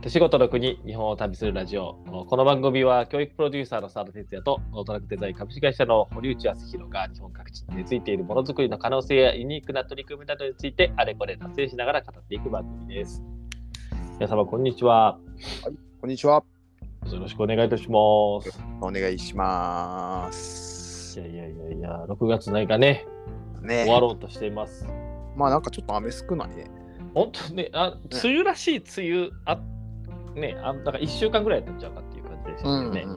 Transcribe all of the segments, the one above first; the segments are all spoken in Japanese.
手仕事の国、日本を旅するラジオ。この番組は教育プロデューサーの澤田哲也とトラックデザイン株式会社の堀内康弘が日本各地に根付いているものづくりの可能性やユニークな取り組みなどについてあれこれ達成しながら語っていく番組です。皆様こんにちは。 はい、こんにちは。 よろしくお願いいたします。 お願いします。 いや、6月ないかね、終わろうとしています。 まあなんかちょっと雨少ないね。 本当ね、梅雨らしい梅雨ね、だから1週間ぐらいやったんちゃうかっていう感じですよね。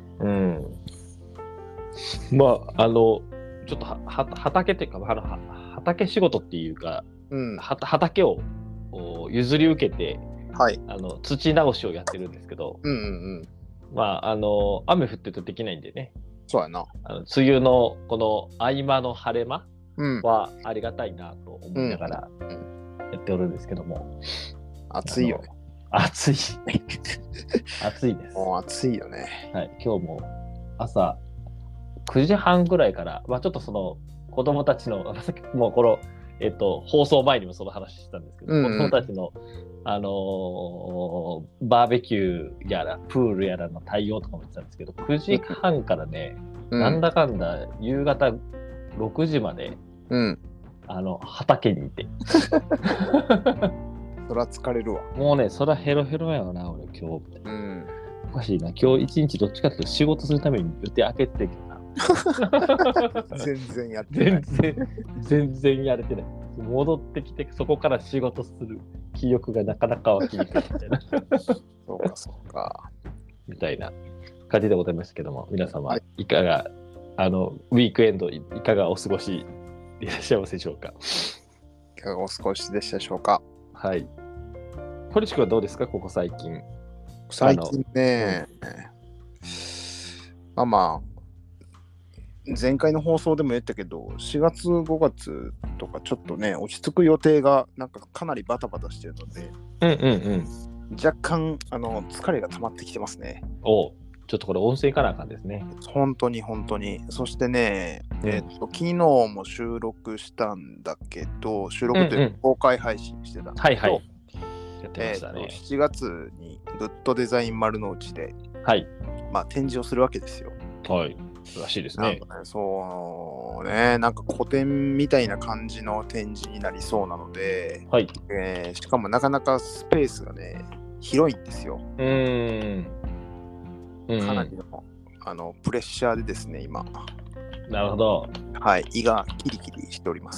まあちょっと畑っていうか畑仕事っていうか、畑を譲り受けて、はい、土直しをやってるんですけど、まあ雨降ってるとできないんでね。 そうやな。 梅雨のこの合間の晴れ間はありがたいなと思いながらやっておるんですけども、 暑いよね。 暑い暑いです。 もう暑いよね。 はい、今日も朝9時半ぐらいから、ちょっとその子供たちのさっきもうこの放送前にもその話したんですけど、子供たちのバーベキューやらプールやらの対応とかも言ってたんですけど、9時半からね、なんだかんだ夕方6時まで、畑にいてそら疲れるわ。 もうね、そらヘロヘロやわな俺今日。おかしいな、今日一日どっちかというと仕事するために予定開けてるけどな全然やってない。 全然やれてない。戻ってきてそこから仕事する気力がなかなか湧きにくいみたいなそうかみたいな感じでございますけども、皆様いかが、ウィークエンドいかがお過ごしいらっしゃいますでしょうか。 いかがお過ごしでしたでしょうか。 はい。堀内くんはどうですか、ここ最近。 最近ね、前回の放送でも言ったけど、4月5月とかちょっとね、落ち着く予定がなんかかなりバタバタしてるので、若干疲れが溜まってきてますね。 ちょっとこれ温泉行かなあかんですね。 本当に。そしてね、昨日も収録したんだけど、収録という公開配信してたんだけど、 やってましたね。 7月にグッドデザイン丸の内で、展示をするわけですよ。 はい。らしいですね。 そうね、なんか古典みたいな感じの展示になりそうなので、しかもなかなかスペースがね、広いんですよ。かなりの、プレッシャーでですね、今。 なるほど。 はい、胃がキリキリしております。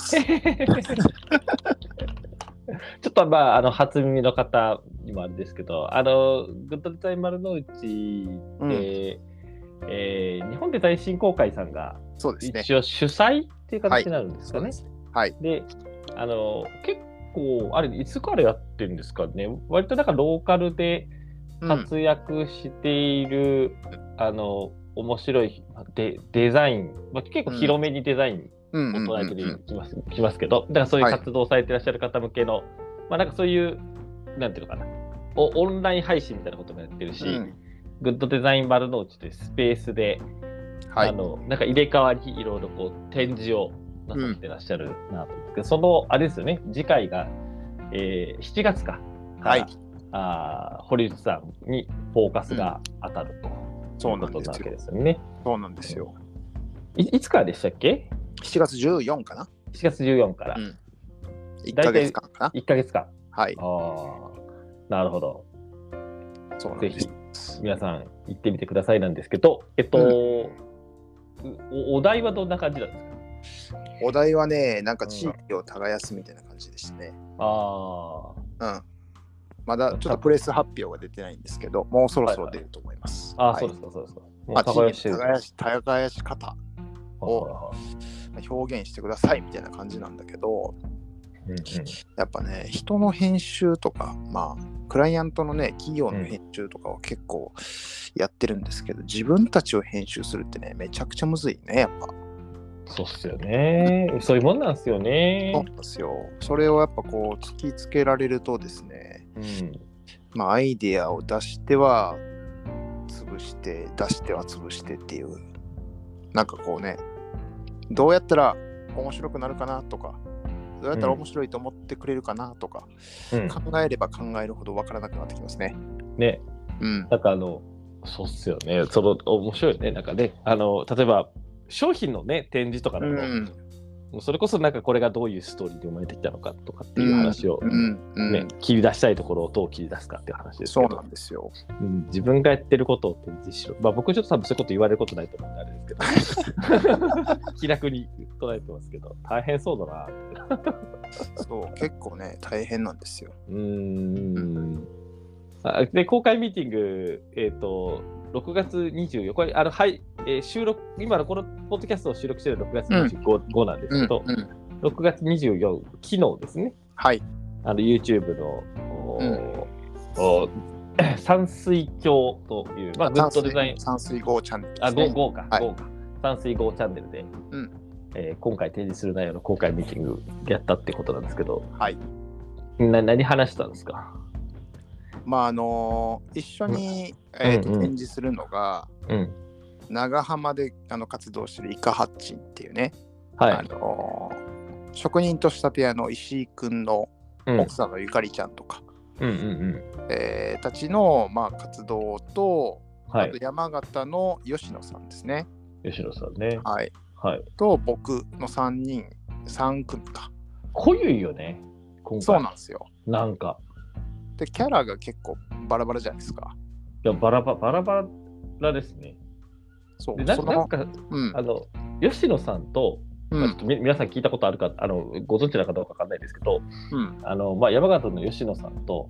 ちょっと初耳の方にもあれですけど、グッドデザイン丸の内で、日本デザイン振興会さんが一応主催っていう形になるんですかね。で、結構あれいつからやってるんですかね。割となんかローカルで活躍している、面白いデザイン、結構広めにデザインを捉えてきますけど、だからそういう活動されていらっしゃる方向けの、なんかそういうなんていうのかな、オンライン配信みたいなこともやってるし、グッドデザイン丸の内というスペースで、なんか入れ替わりいろいろこう展示をなさってらっしゃるなと思うんですけど、そのあれですよね、次回が、7月か、堀内さんにフォーカスが当たるということなわけですよね。 そうなんですよ。 いつからでしたっけ ？7月14かな。 7月14から。 1ヶ月間かな。 1ヶ月間。 はい。 なるほど。 そうなんです。 ぜひ皆さん行ってみてくださいなんですけど、お題はどんな感じなんですか？ お題はね、なんか地域を耕すみたいな感じでしたね。まだちょっとプレス発表が出てないんですけど、もうそろそろ出ると思います。 そうですか。 地域の耕し方を表現してくださいみたいな感じなんだけど、やっぱね、人の編集とか、クライアントのね、企業の編集とかは結構やってるんですけど、自分たちを編集するってね、めちゃくちゃむずいね、やっぱ。 そうっすよね。そういうもんなんですよね。 そうなんですよ。それをやっぱこう突きつけられるとですね、アイデアを出しては潰して、出しては潰してっていう、なんかこうね、どうやったら面白くなるかなとか、どうやったら面白いと思ってくれるかなとか、考えれば考えるほど分からなくなってきますね。 ね。なんかそうっすよね。面白いよね。なんかね、例えば商品のね、展示とかだと、それこそなんかこれがどういうストーリーで生まれてきたのかとかっていう話を、ね、切り出したいところをどう切り出すかっていう話ですけど。 そうなんですよ。 自分がやってることを展示しろ。まあ僕ちょっと多分そういうこと言われることないと思うんであれですけど、気楽に捉えてますけど、大変そうだなって。 そう、結構ね、大変なんですよ。 で、公開ミーティング、6月24日、これ、収録、今のこのポッドキャストを収録している6月25なんですけど、6月24、昨日ですね。 はい。 YouTube の、山水鏡という、まあ、グッドデザイン。 山水号チャンネルですね。5か。山水号チャンネルで、今回提示する内容の公開ミーティングやったってことなんですけど、 はい。 何話したんですか？ まあ一緒に、展示するのが、長浜で活動してるイカハッチンっていうね、職人と仕立て屋の石井くんの奥さんのゆかりちゃんとか、たちの、まあ、活動と、あと山形の吉野さんですね。 吉野さんね。 はい。と僕の3組か。 濃ゆいよね、今回。 そうなんですよ。 なんか。 で、キャラが結構バラバラじゃないですか。 いや、バラバラですね。 そう。 でなんか、吉野さんと、皆さん聞いたことあるか、ご存知な方は分かんないですけど、山形の吉野さんと、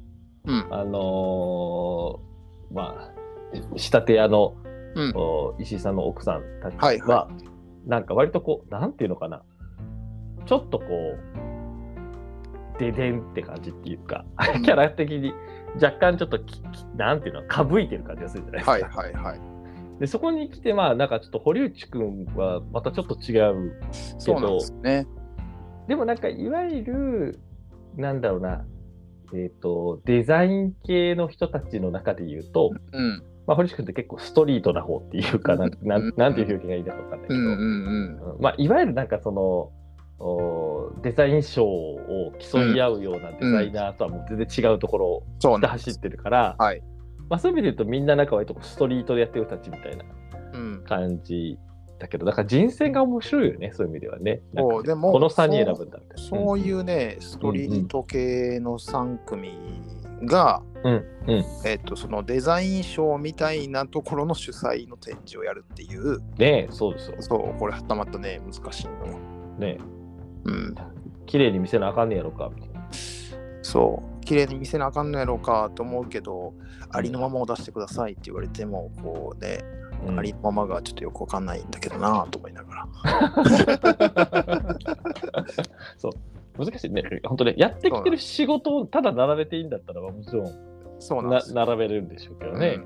仕立て屋の、石井さんの奥さんたちは、なんか割とこう、なんていうのかな、ちょっとこう、ででんって感じっていうか、キャラ的に若干ちょっとなんていうの、かぶいてる感じがするじゃないですか。でそこに来て、なんかちょっと堀内くんはまたちょっと違うけど、 そうなんですね。 でもなんかいわゆるなんだろうな、デザイン系の人たちの中で言うと、堀内くんって結構ストリートな方っていうか、なんていう表現がいいのか分かんないけど、いわゆるなんかそのデザイン賞を競い合うようなデザイナーとはもう全然違うところを走ってるから、そういう意味で言うとみんななんか割とストリートでやってる人たちみたいな感じだけど、だから人選が面白いよね、そういう意味ではね。 でもこの3人選ぶんだみたいな。 そういうね、ストリート系の3組が、そのデザイン賞みたいなところの主催の展示をやるっていう。 ね、そうですよ。 そう、これはたまったね、難しいのよ。 ね、綺麗に見せなあかんねやろかみたいな。 そう綺麗に見せなあかんのやろうかと思うけど、ありのままを出してくださいって言われてもこうね、ありのままがちょっとよくわかんないんだけどなと思いながらそう難しいね、本当ね。やってきてる仕事をただ並べていいんだったらもちろんそうなんです並べるんでしょうけどね、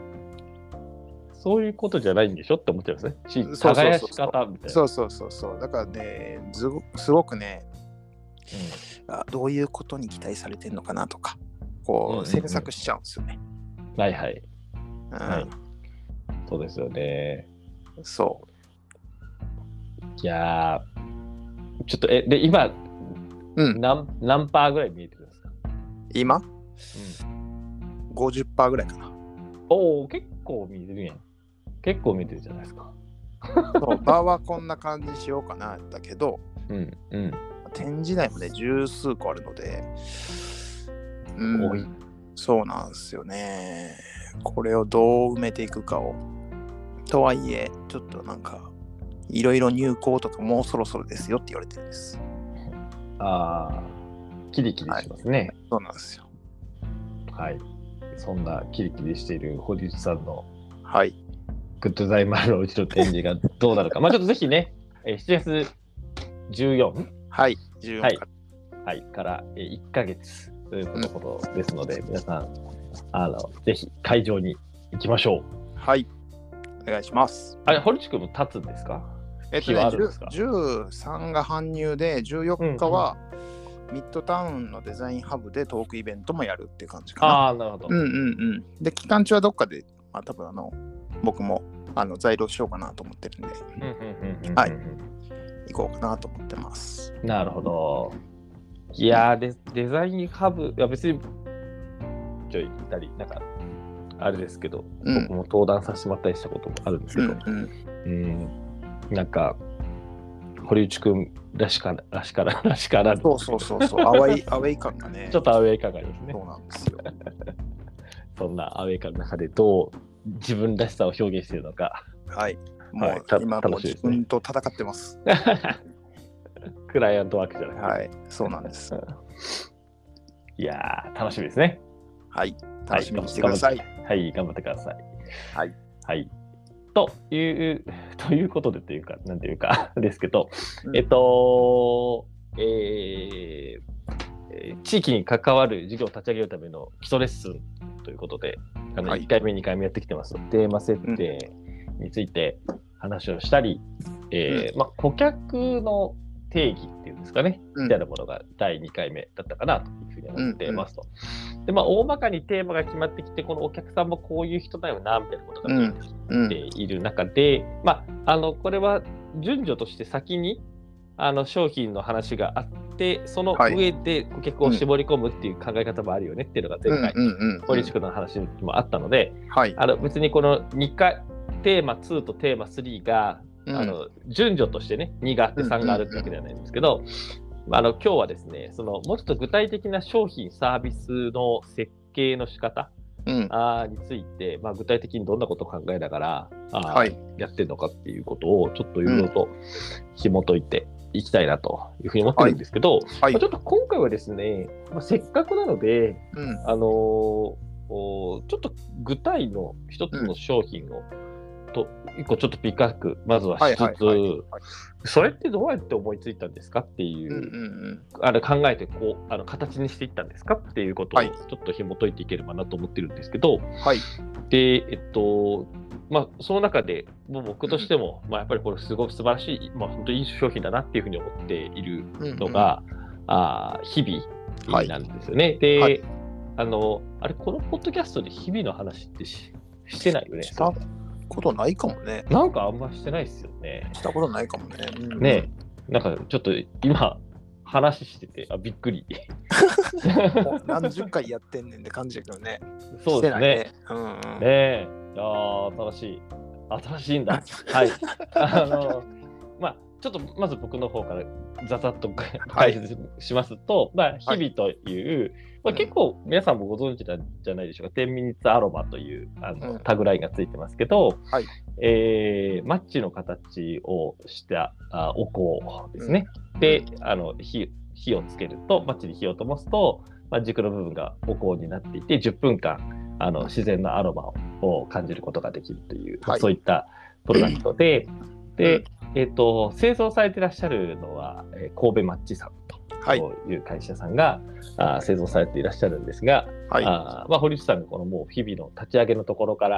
そういうことじゃないんでしょって思っちゃいますね。耕し方みたいな。 そうだからね、すごくね、どういうことに期待されてるのかなとか、こう詮索しちゃうんですよね。 はいはい。そうですよね。 そう。 いやー、ちょっとで今、何パーぐらい見えてるんですか？ 今、50% ぐらいかな。 おお、結構見えてるやん。結構見えてるじゃないですか。 そう、場はこんな感じにしようかなだけど、展示台もね、十数個あるので、そうなんですよね。これをどう埋めていくかを。とはいえ、ちょっとなんか、いろいろ入稿とかもうそろそろですよって言われてるんです。 キリキリしますね。 そうなんですよ。 はい。そんなキリキリしている堀内さんの、グッドデザイン丸のうちの展示がどうなるか。ちょっとぜひね、7月14、 14 から1ヶ月ということですので、皆さんぜひ会場に行きましょう。 お願いします。 堀内くんも立つんですか ？13が搬入で、14日はミッドタウンのデザインハブでトークイベントもやるっていう感じかな。 なるほど。 で、期間中はどっかで、多分僕も在庫しようかなと思ってるんで、行こうかなと思ってます。 なるほど。いやー、デザインハブ、いや別にいたり、なんかあれですけど、僕も登壇させてもらったりしたこともあるんですけど、なんか堀内くんらしからそうアウェイ感がねちょっとアウェイ感がありますね。 そうなんですよ。 そんなアウェイ感の中でどう自分らしさを表現しているのか、 はい、もう今もう自分と戦ってます。 クライアントワークじゃなくて、 はい、そうなんです。 いやー楽しみですね。 はい、楽しみにしてください。 はい、頑張ってください。 はい、 はい。ということでというか、なんていうかですけど、地域に関わる事業を立ち上げるための基礎レッスンということで、1回目、2回目やってきてます。テーマ設定について話をしたり、顧客の定義っていうんですかね、みたいなものが第2回目だったかなというふうに思っていますと。で、大まかにテーマが決まってきて、このお客さんもこういう人だよな、みたいなことが見えてきている中で、これは順序として先に商品の話があって、その上で顧客を絞り込むっていう考え方もあるよねっていうのが前回、堀内くんの話もあったので、別にこの2回、テーマ2とテーマ3が、順序としてね、2があって3があるってわけではないんですけど、今日はですね、もうちょっと具体的な商品、サービスの設計の仕方、について、具体的にどんなことを考えながらやってるのかっていうことをちょっといろいろと紐解いていきたいなというふうに思ってるんですけど、ちょっと今回はですね、せっかくなので、ちょっと具体の一つの商品を一個ちょっとピックアップまずはしつつ、それってどうやって思いついたんですかっていう、考えて形にしていったんですかっていうことをちょっと紐解いていければなと思ってるんですけど、でその中でもう僕としても、やっぱりこれすごく素晴らしい、本当にいい商品だなっていうふうに思っているのが、日々なんですよね。で、このポッドキャストで日々の話ってしてないよね。 したことないかもね。 なんかあんましてないですよね。 したことないかもね。 ね、なんかちょっと今話しててびっくり。 何十回やってんねんって感じだけどね。 そうですね。ね、新しいんだ。はい。ちょっとまず僕の方からざざっと解説しますと、日々という、結構皆さんもご存知なんじゃないでしょうか。10ミニッツアロマというタグラインがついてますけど、マッチの形をしたお香ですね。で、火をつけると、マッチに火を灯すと、軸の部分がお香になっていて、10分間自然なアロマを感じることができるという、そういったプロダクトで、製造されていらっしゃるのは、神戸マッチさんという会社さんが、製造されていらっしゃるんですが、堀内さんがこのもう日々の立ち上げのところから、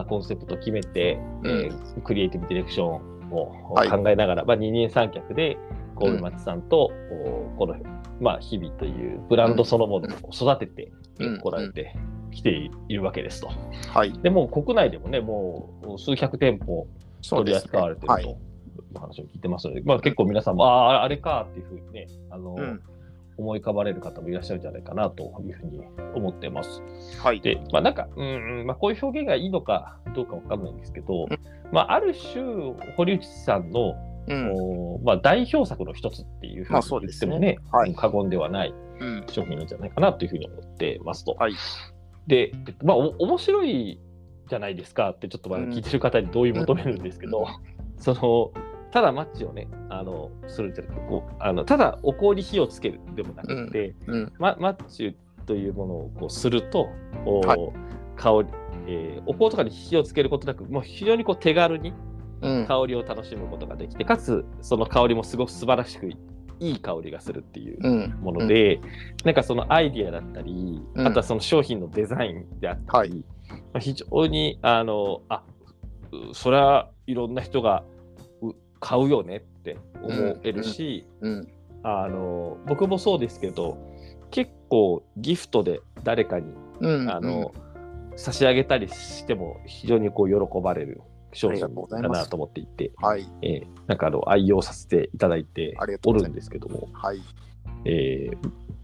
コンセプトを決めて、クリエイティブディレクションを考えながら、二人三脚で神戸マッチさんと、この、日々というブランドそのものを育ててこられてきているわけですと。でもう国内でもね、もう数百店舗取り扱われているという話を聞いてますので、結構皆さんもあれかっていうふうにね、思い浮かばれる方もいらっしゃるんじゃないかなというふうに思ってます。で、なんか、こういう表現がいいのかどうかわかんないんですけど、ある種堀内さんの代表作の一つっていうふうに言ってもね、過言ではない商品なんじゃないかなというふうに思ってますと。で、面白いじゃないですかってちょっと聞いてる方に同意求めるんですけど、ただマッチをねするんじゃなくて、ただお香に火をつけるでもなくて、マッチというものをこうすると香り、お香とかに火をつけることなく、もう非常に手軽に香りを楽しむことができて、かつその香りもすごく素晴らしくいい香りがするっていうもので、なんかそのアイディアだったり、あとはその商品のデザインであったり、非常にそれはいろんな人が買うよねって思えるし、僕もそうですけど、結構ギフトで誰かに、差し上げたりしても非常に喜ばれる商品だなと思っていて、なんか愛用させていただいておるんですけども、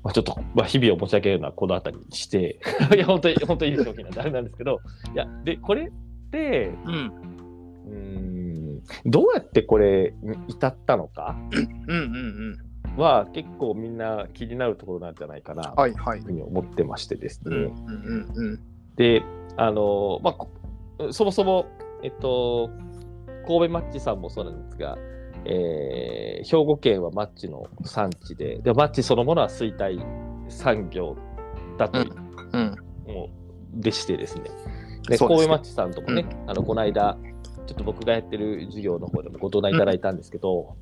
ちょっと、日々を持ち上げるのはこのあたりにしていや本当にいい商品なんであれなんですけど、いやでこれって、どうやってこれに至ったのかは結構みんな気になるところなんじゃないかなというふうに思ってましてですね。で、そもそも、神戸マッチさんもそうなんですが、兵庫県はマッチの産地で、マッチそのものは衰退産業だという、もうでしてですね。で神戸マッチさんともね、この間ちょっと僕がやってる授業の方でもご登壇いただいたんですけど、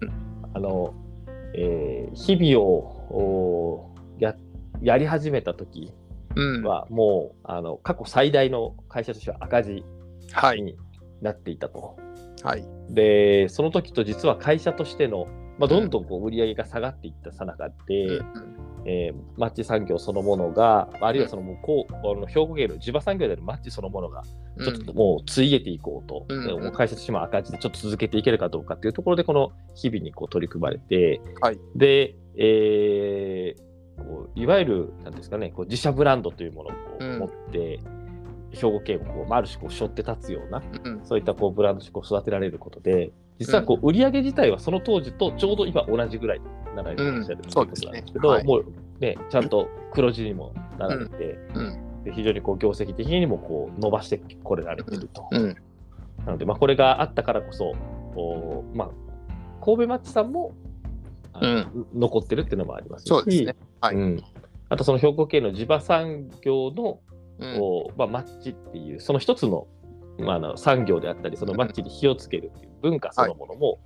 日々をやり始めた時はもう過去最大の会社としては赤字になっていたと。でその時と実は会社としての、どんどん売り上げが下がっていったさなかで、マッチ産業そのものが、あるいはその兵庫県の地場産業であるマッチそのものがちょっともうついえていこうと、会社としても赤字でちょっと続けていけるかどうかっていうところでこの日々に取り組まれて、で、いわゆるなんですかね、自社ブランドというものを持って、兵庫県をある種背負って立つような、そういったブランドを育てられることで、実は売り上げ自体はその当時とちょうど今同じぐらいになられていらっしゃるということなんですけど、もうね、ちゃんと黒字にもなられて、で非常に業績的にも伸ばしてこれられていると。なので、これがあったからこそ、神戸マッチさんも残ってるっていうのもありますし、あとその兵庫県の地場産業のマッチっていうその一つの、産業であったり、そのマッチに火をつけるっていう文化そのものも、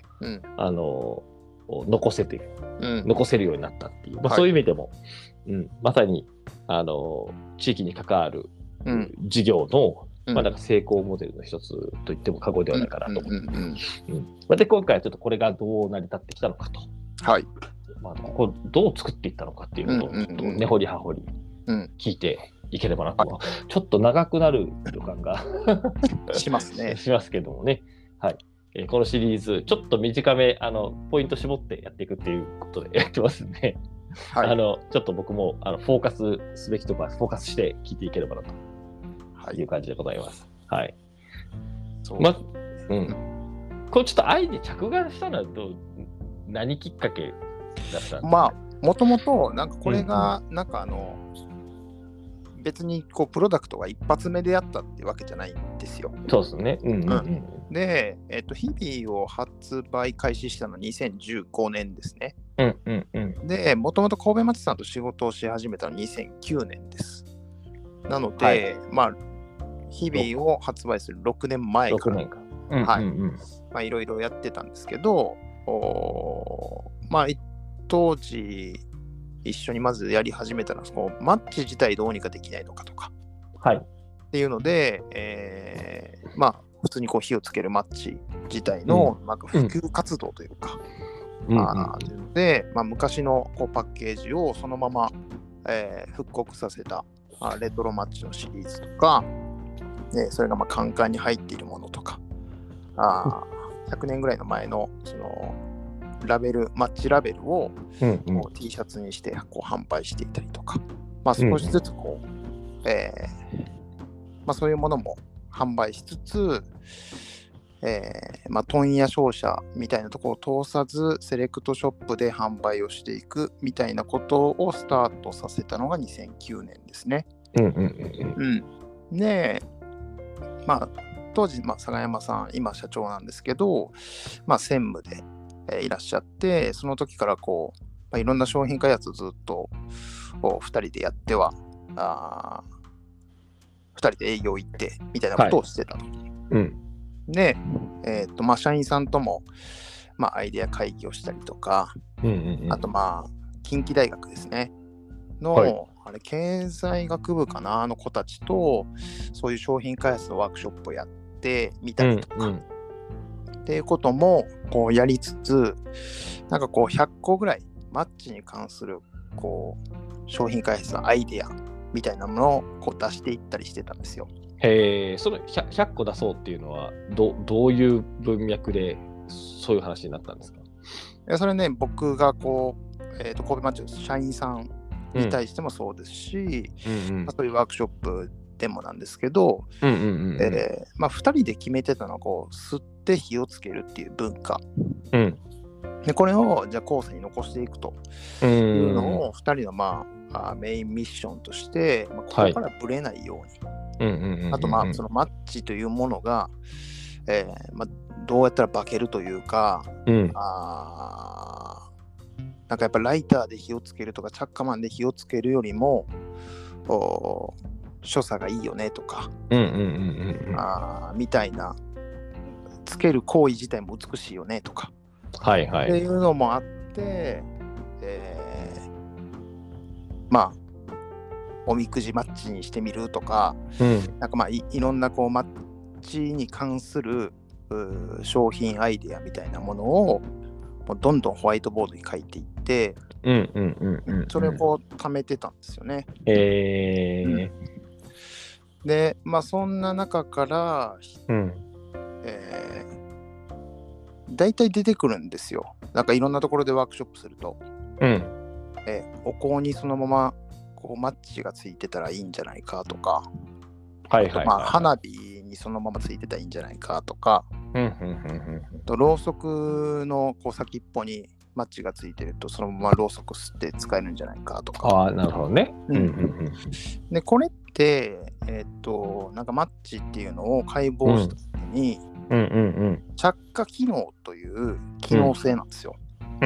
残せるようになったっていう、そういう意味でも、まさに地域に関わる事業の、なんか成功モデルの一つと言っても過言ではないかなと思って、で今回はちょっとこれがどう成り立ってきたのかと、ここどう作っていったのかっていうのをちょっと根掘り葉掘り聞いていければなと、ちょっと長くなる予感がしますね。 しますけどもね。このシリーズちょっと短めポイント絞ってやっていくっていうことでやってますんで、ちょっと僕もフォーカスすべきところはフォーカスして聞いていければなという感じでございます。これちょっと愛に着眼したのは何きっかけだったんですか？ もともとなんかこれがなんか別にプロダクトが一発目でやったっていうわけじゃないんですよ。 そうですね。 で、日々を発売開始したのは2015年ですね。で、もともと神戸町さんと仕事をし始めたのは2009年です。なので、日々を発売する6年前からいろいろやってたんですけど、当時一緒にまずやり始めたのはマッチ自体どうにかできないのかとか、っていうので、普通に火をつけるマッチ自体の普及活動というか、で、昔のパッケージをそのまま、復刻させたレトロマッチのシリーズとか、それがカンカンに入っているものとか、100年ぐらいの前のそのラベル、マッチラベルを、T シャツにして販売していたりとか、少しずつそういうものも販売しつつ、問屋商社みたいなところを通さずセレクトショップで販売をしていくみたいなことをスタートさせたのが2009年ですね。で、当時、佐賀山さん今社長なんですけど、専務でいらっしゃって、その時からいろんな商品開発をずっと2人でやっては2人で営業行ってみたいなことをしてたと。で、社員さんとも、アイデア会議をしたりとか、あと近畿大学ですねの、経済学部かなの子たちとそういう商品開発のワークショップをやってみたりとか、っていうこともやりつつ、なんか100個ぐらいマッチに関する商品開発のアイデアみたいなものを出していったりしてたんですよ。 その 100個出そうっていうのはどういう文脈でそういう話になったんですか？ それね、僕が神戸マッチの社員さんに対してもそうですし、そういうワークショップでもなんですけど、2人で決めてたのはこう吸って火をつけるっていう文化、でこれをじゃあ後世に残していくというのを2人のメインミッションとして、ここからぶれないように、あとそのマッチというものが、どうやったら化けるというか、なんかやっぱライターで火をつけるとかチャッカマンで火をつけるよりも所作がいいよねとか、みたいな、つける行為自体も美しいよねとか、っていうのもあって、おみくじマッチにしてみるとか、なんかいろんなこうマッチに関する商品アイデアみたいなものをもうどんどんホワイトボードに書いていって、それをこう貯めてたんですよね。で、そんな中から、だいたい出てくるんですよ。なんかいろんなところでワークショップすると、お香にそのままこうマッチがついてたらいいんじゃないかとか、花火にそのままついてたらいいんじゃないかとか、ろうそくのこう先っぽにマッチがついてるとそのままろうそく吸って使えるんじゃないかとか。 なるほどね。 でこれってなんかマッチっていうのを解剖した時に、着火機能という機能性なんですよ。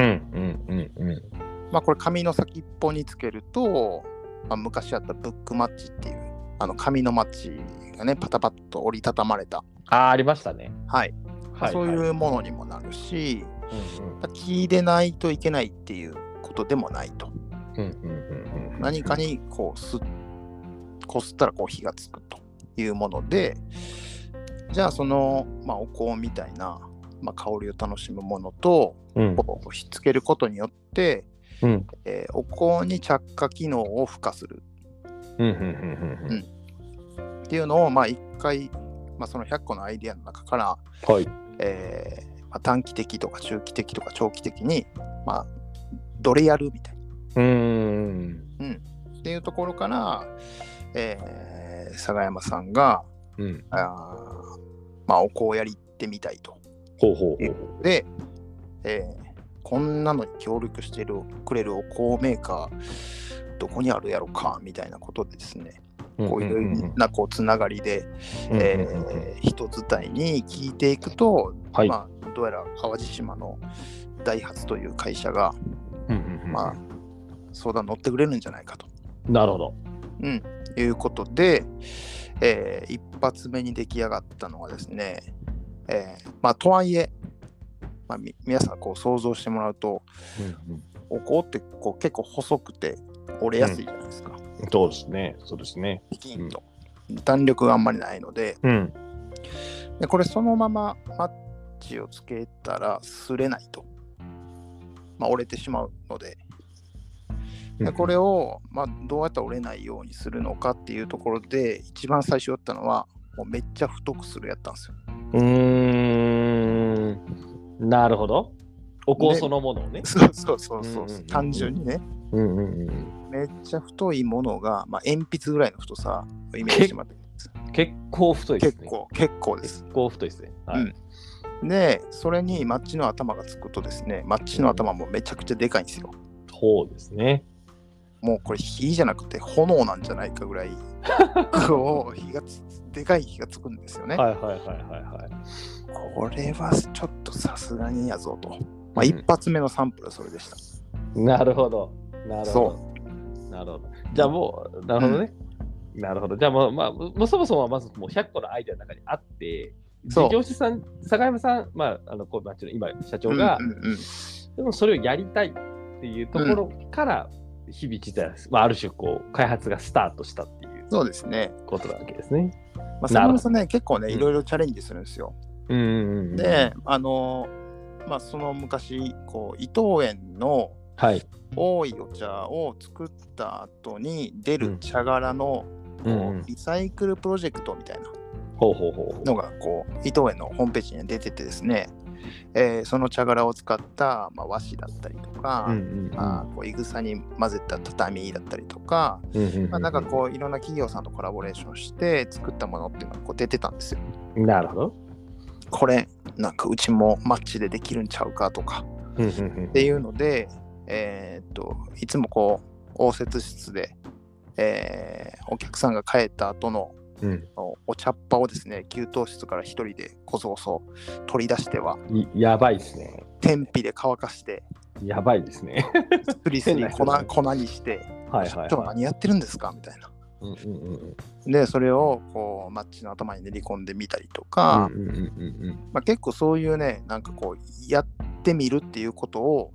これ紙の先っぽにつけると、昔あったブックマッチっていう紙のマッチがねパタパッと折りたたまれた、 ありましたね。 そういうものにもなるし、木でないといけないっていうことでもないと。何かにこうこすったらこう火がつくというもので、じゃあその、お香みたいな、香りを楽しむものと、ひっつけることによって、お香に着火機能を付加する、っていうのを一回、その100個のアイデアの中から、短期的とか中期的とか長期的に、どれやるみたいな、っていうところから、佐賀山さんが、お香をやりってみたいと。で、こんなのに協力してくれるお香メーカーどこにあるやろかみたいなことでですね、こういろんなこうつながりで、人伝いに聞いていくと、どうやら淡路島のダイハツという会社が、相談乗ってくれるんじゃないかと。 なるほど。 いうことで、一発目に出来上がったのはですね、とはいえ、皆さんこう想像してもらうと、お香ってこう結構細くて折れやすいじゃないですか。 そうですね。 ピキンと、弾力があんまりないので、でこれそのままマッチをつけたら擦れないと、折れてしまうので、でこれを、どうやって折れないようにするのかっていうところで一番最初やったのはもうめっちゃ太くするやったんですよ。 なるほど。お香そのものをね。 そう単純にね、めっちゃ太いものが、鉛筆ぐらいの太さをイメージしてもらって結構太いですね。 結構です。 結構太いですね。 でそれにマッチの頭がつくとですね、マッチの頭もめちゃくちゃでかいんですよ。 そうですね。 もうこれ火じゃなくて炎なんじゃないかぐらいこうでかい火がつくんですよね。これはちょっとさすがにやぞと。一発目のサンプルはそれでした。 なるほど。じゃあもう、なるほどね。なるほど。じゃあもうそもそもはまずもう100個のアイデアの中にあって、事業者さん、佐賀山さん、こうマッチの今社長が、でもそれをやりたいっていうところから、日々自体、ある種こう開発がスタートしたっていうそうですねことなわけですね。 佐賀山さんね、結構ねいろいろチャレンジするんですよ。でその昔こう伊藤園の多いお茶を作った後に出る茶殻のリサイクルプロジェクトみたいなのがこう伊藤園のホームページに出ててですね、 その茶殻を使った、まあ、和紙だったりとか、こういぐさに混ぜた畳だったりとか、なんかこういろんな企業さんとコラボレーションして作ったものっていうのがこう出てたんですよ。 なるほど。 これなんかうちもマッチでできるんちゃうかとかっていうので、いつもこう応接室で、お客さんが帰った後のお茶っ葉をですね、給湯室から一人でこそこそ取り出しては、 やばいですね。 天日で乾かして、 やばいですね。 スリスリ粉にして、今日何やってるんですかみたいな。で、それをこうマッチの頭に練り込んでみたりとか、結構そういうね、なんかこうやってみるっていうことを、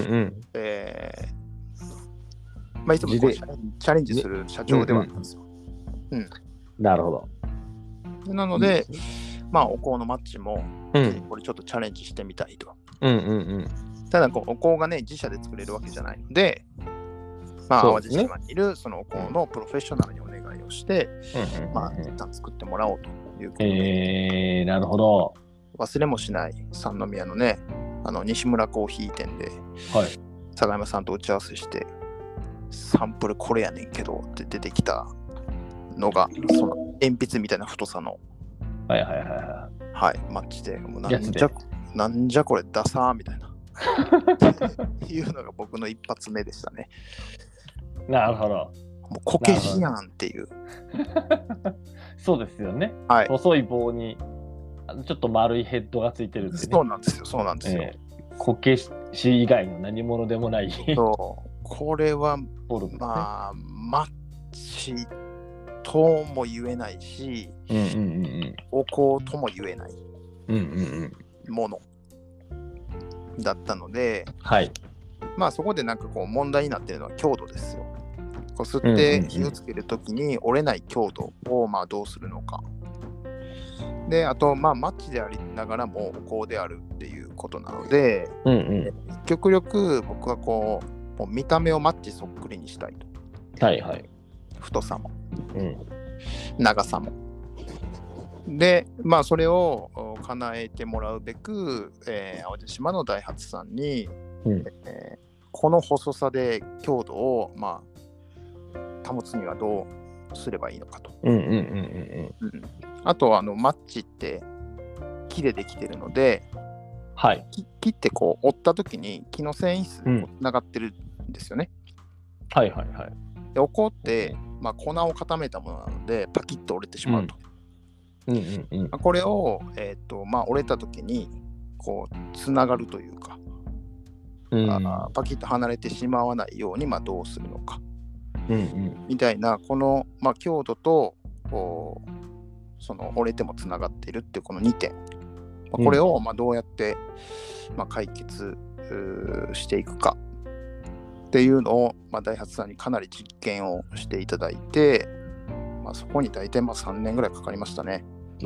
いつもこうチャレンジする社長ではあるんですよ。 なるほど。 なので、お香のマッチも、これちょっとチャレンジしてみたいと。ただお香がね、自社で作れるわけじゃないので、淡路島にいるそのお香のプロフェッショナルにお願いをして、一旦作ってもらおうということで。 なるほど。 忘れもしない三宮のね、西村コーヒー店で、坂山さんと打ち合わせして、サンプルこれやねんけどって出てきたのが、その鉛筆みたいな太さの、マッチで、もうなんじゃこれダサーみたいないうのが僕の一発目でしたね。 なるほど。 もうこけしやんっていう。 そうですよね。細い棒にちょっと丸いヘッドがついてるって、ね。 そうなんですよ。 こけし以外の何者でもない。 これは、マッチとも言えないし、お香とも言えないものだったので、そこでなんかこう問題になっているのは強度ですよ。こう吸って火をつけるときに折れない強度をどうするのか。で、あとマッチでありながらもお香であるっていうことなので、極力僕はこう見た目をマッチそっくりにしたいと。太さも、長さも。で、それを叶えてもらうべく、淡路島のダイハツさんに、この細さで強度を保つにはどうすればいいのかと。あとはマッチって木でできてるので、木ってこう折った時に木の繊維質でつながってるんですよね。でお香って、粉を固めたものなのでパキッと折れてしまうと。これを、折れた時にこうつながるというか、パキッと離れてしまわないようにどうするのか、みたいなこの、強度とその折れてもつながっているっていうこの2点、これをどうやって、解決していくかっていうのを、ダイハツさんにかなり実験をしていただいて、そこに大体3年ぐらいかかりましたね。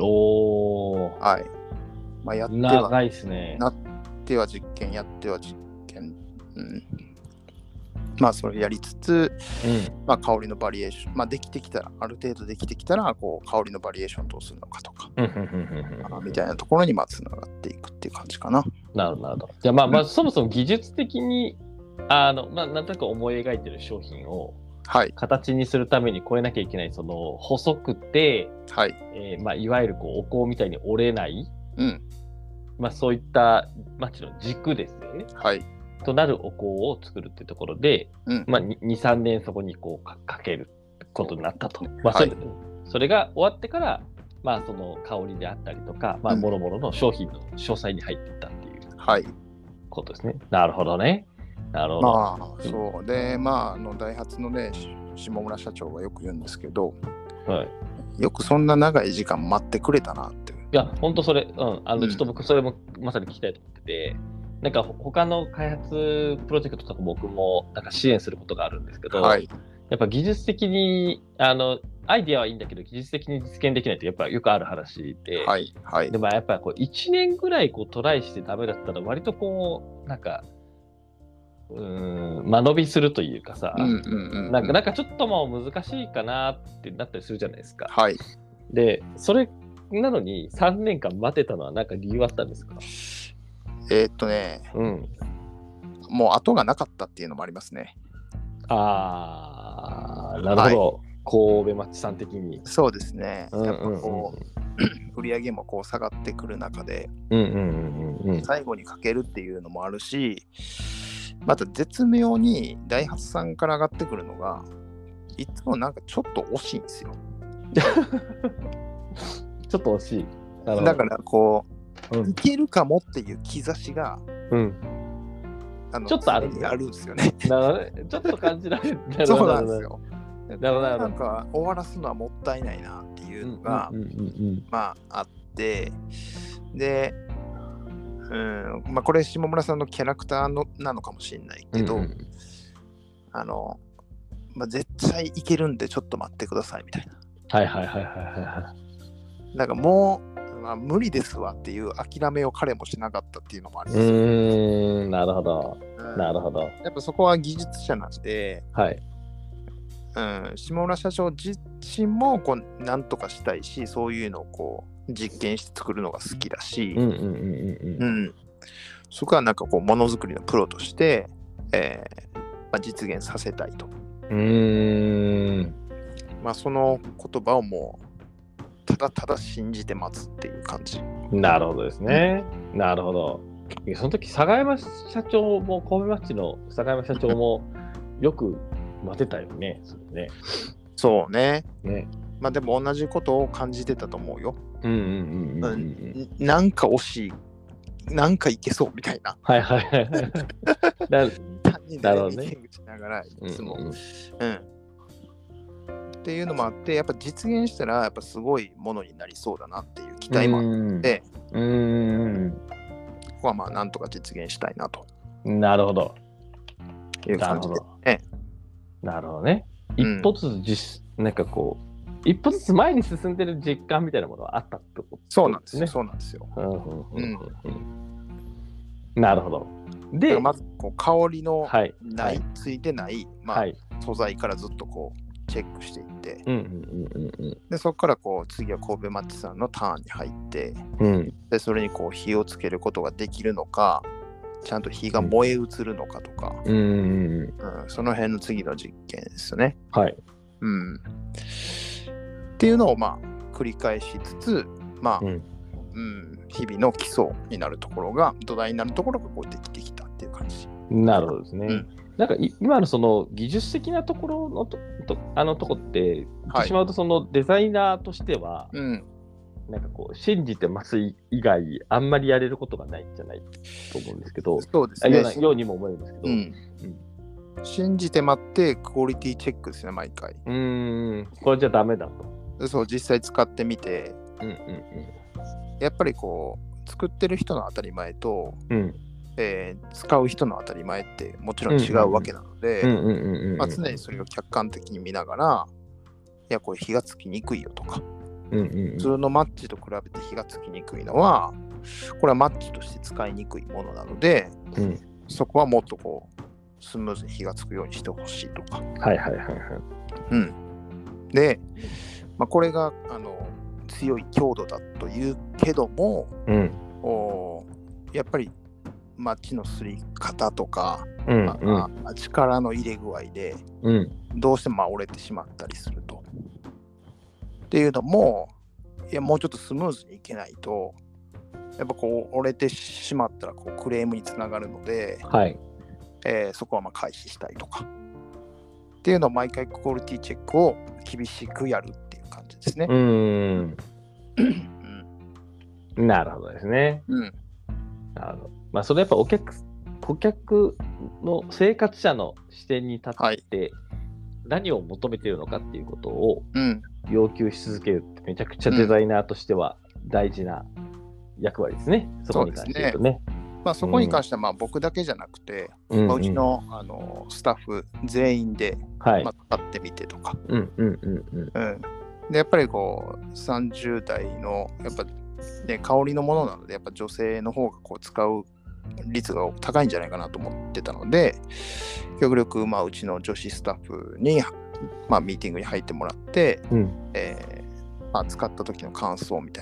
やっては長いですね。 なっては実験、やっては実験、それやりつつ、香りのバリエーション、できてきたら、ある程度できてきたらこう香りのバリエーションどうするのかとか、みたいなところにつながっていくっていう感じかな。 なるほど。じゃあそもそも技術的になんとなく思い描いてる商品を形にするために超えなきゃいけない、その細くて、いわゆるこうお香みたいに折れない、そういったマッチの軸ですよね。となるお香を作るっていうところで、2、3年そこにこうかけることになったと。それが終わってから、その香りであったりとか、もろもろの商品の詳細に入っていったっていうことですね。なるほどね。なるほど。 そうで、ダイハツのね、下村社長がよく言うんですけど、よくそんな長い時間待ってくれたなって。 いや、本当それ、ちょっと僕それもまさに聞きたいと思ってて、なんか他の開発プロジェクトとか僕もなんか支援することがあるんですけど、やっぱ技術的にアイディアはいいんだけど技術的に実現できないってやっぱよくある話で、でもやっぱこう1年ぐらいこうトライしてダメだったら割とこうなんか間延びするというかさ、なんかちょっと難しいかなってなったりするじゃないですか。 で、 それなのに3年間待てたのは何か理由あったんですか？ うん。 もう後がなかったっていうのもありますね。 ああ、なるほど。はい、神戸町さん的に。 そうですね。やっぱこう、売り上げもこう下がってくる中で、最後にかけるっていうのもあるし、また絶妙にダイハツさんから上がってくるのが、いつもなんかちょっと惜しいんですよ。 ちょっと惜しい。 だからこう、いけるかもっていう兆しが、 ちょっとあるんですよね。 ちょっと感じられる。 そうなんですよ。なんか終わらすのはもったいないなっていうのが、まああって、で、まあこれ下村さんのキャラクターなのかもしれないけど、まあ、絶対いけるんでちょっと待ってくださいみたいな。なんかもう、まあ、無理ですわっていう諦めを彼もしなかったっていうのもありますよ。 なるほど。なるほど。 やっぱそこは技術者なんで、 はい。 下村社長自身もこう何とかしたいし、そういうのをこう実験して作るのが好きだし、そこはなんかこうものづくりのプロとして、まあ、実現させたいと。まあその言葉をもうただただ信じて待つっていう感じ。 なるほどですね。なるほど。その時佐賀山社長も神戸町の佐賀山社長もよく待てたよね。 そうね。まあでも同じことを感じてたと思うよ。なんか惜しい。なんかいけそうみたいな。 はいはいはい。 単にね、ミーティングしながらいつも。っていうのもあって、やっぱ実現したらやっぱすごいものになりそうだなっていう期待もあって、ここはまあなんとか実現したいなと。 なるほど。 いう感じで。 なるほどね。一歩ずつなんかこう、一歩ずつ前に進んでる実感みたいなものはあったってことですね。 そうなんですね。そうなんですよ。 なるほど。で、 まずこう香りのない、ついてない、まあ、素材からずっとこうチェックしていって、でそこからこう次は神戸町さんのターンに入って、でそれにこう火をつけることができるのか、ちゃんと火が燃え移るのかとか、その辺の次の実験ですよね。っていうのをまあ繰り返しつつ、まあ、日々の基礎になるところが、土台になるところがこうできてきたっていう感じ。 なるほどですね。なんか今のその技術的なところのとこって言ってしまうと、そのデザイナーとしては、なんかこう信じてます以外あんまりやれることがないんじゃないと思うんですけど、 そうですね。 ようにも思えるんですけど、信じて待ってクオリティチェックですね、毎回。 これじゃダメだと。 そう、実際使ってみて、やっぱりこう作ってる人の当たり前と、使う人の当たり前ってもちろん違うわけなので、常にそれを客観的に見ながら、いやこれ火がつきにくいよとか、普通のマッチと比べて火がつきにくいのは、これはマッチとして使いにくいものなので、そこはもっとこうスムーズに火がつくようにしてほしいとか。で、まあ、これが強い強度だというけども、やっぱりマッチのすり方とか、力の入れ具合で、どうしても折れてしまったりすると。っていうのも、いやもうちょっとスムーズにいけないと、やっぱこう折れてしまったらこうクレームにつながるので、そこはまあ回避したいとか。っていうのを毎回クオリティチェックを厳しくやるっていう感じですね。 なるほどですね。まあそれやっぱ顧客の生活者の視点に立って何を求めているのかっていうことを要求し続けるってめちゃくちゃデザイナーとしては大事な役割ですね。そこに関して言うとね。 まあ、そこに関してはまあ僕だけじゃなくて、うちの、スタッフ全員で、まあ、使ってみてとか。でやっぱりこう30代のやっぱ、ね、香りのものなのでやっぱ女性の方がこう使う率が高いんじゃないかなと思ってたので、極力まあうちの女子スタッフに、まあ、ミーティングに入ってもらって、まあ、使った時の感想みたいな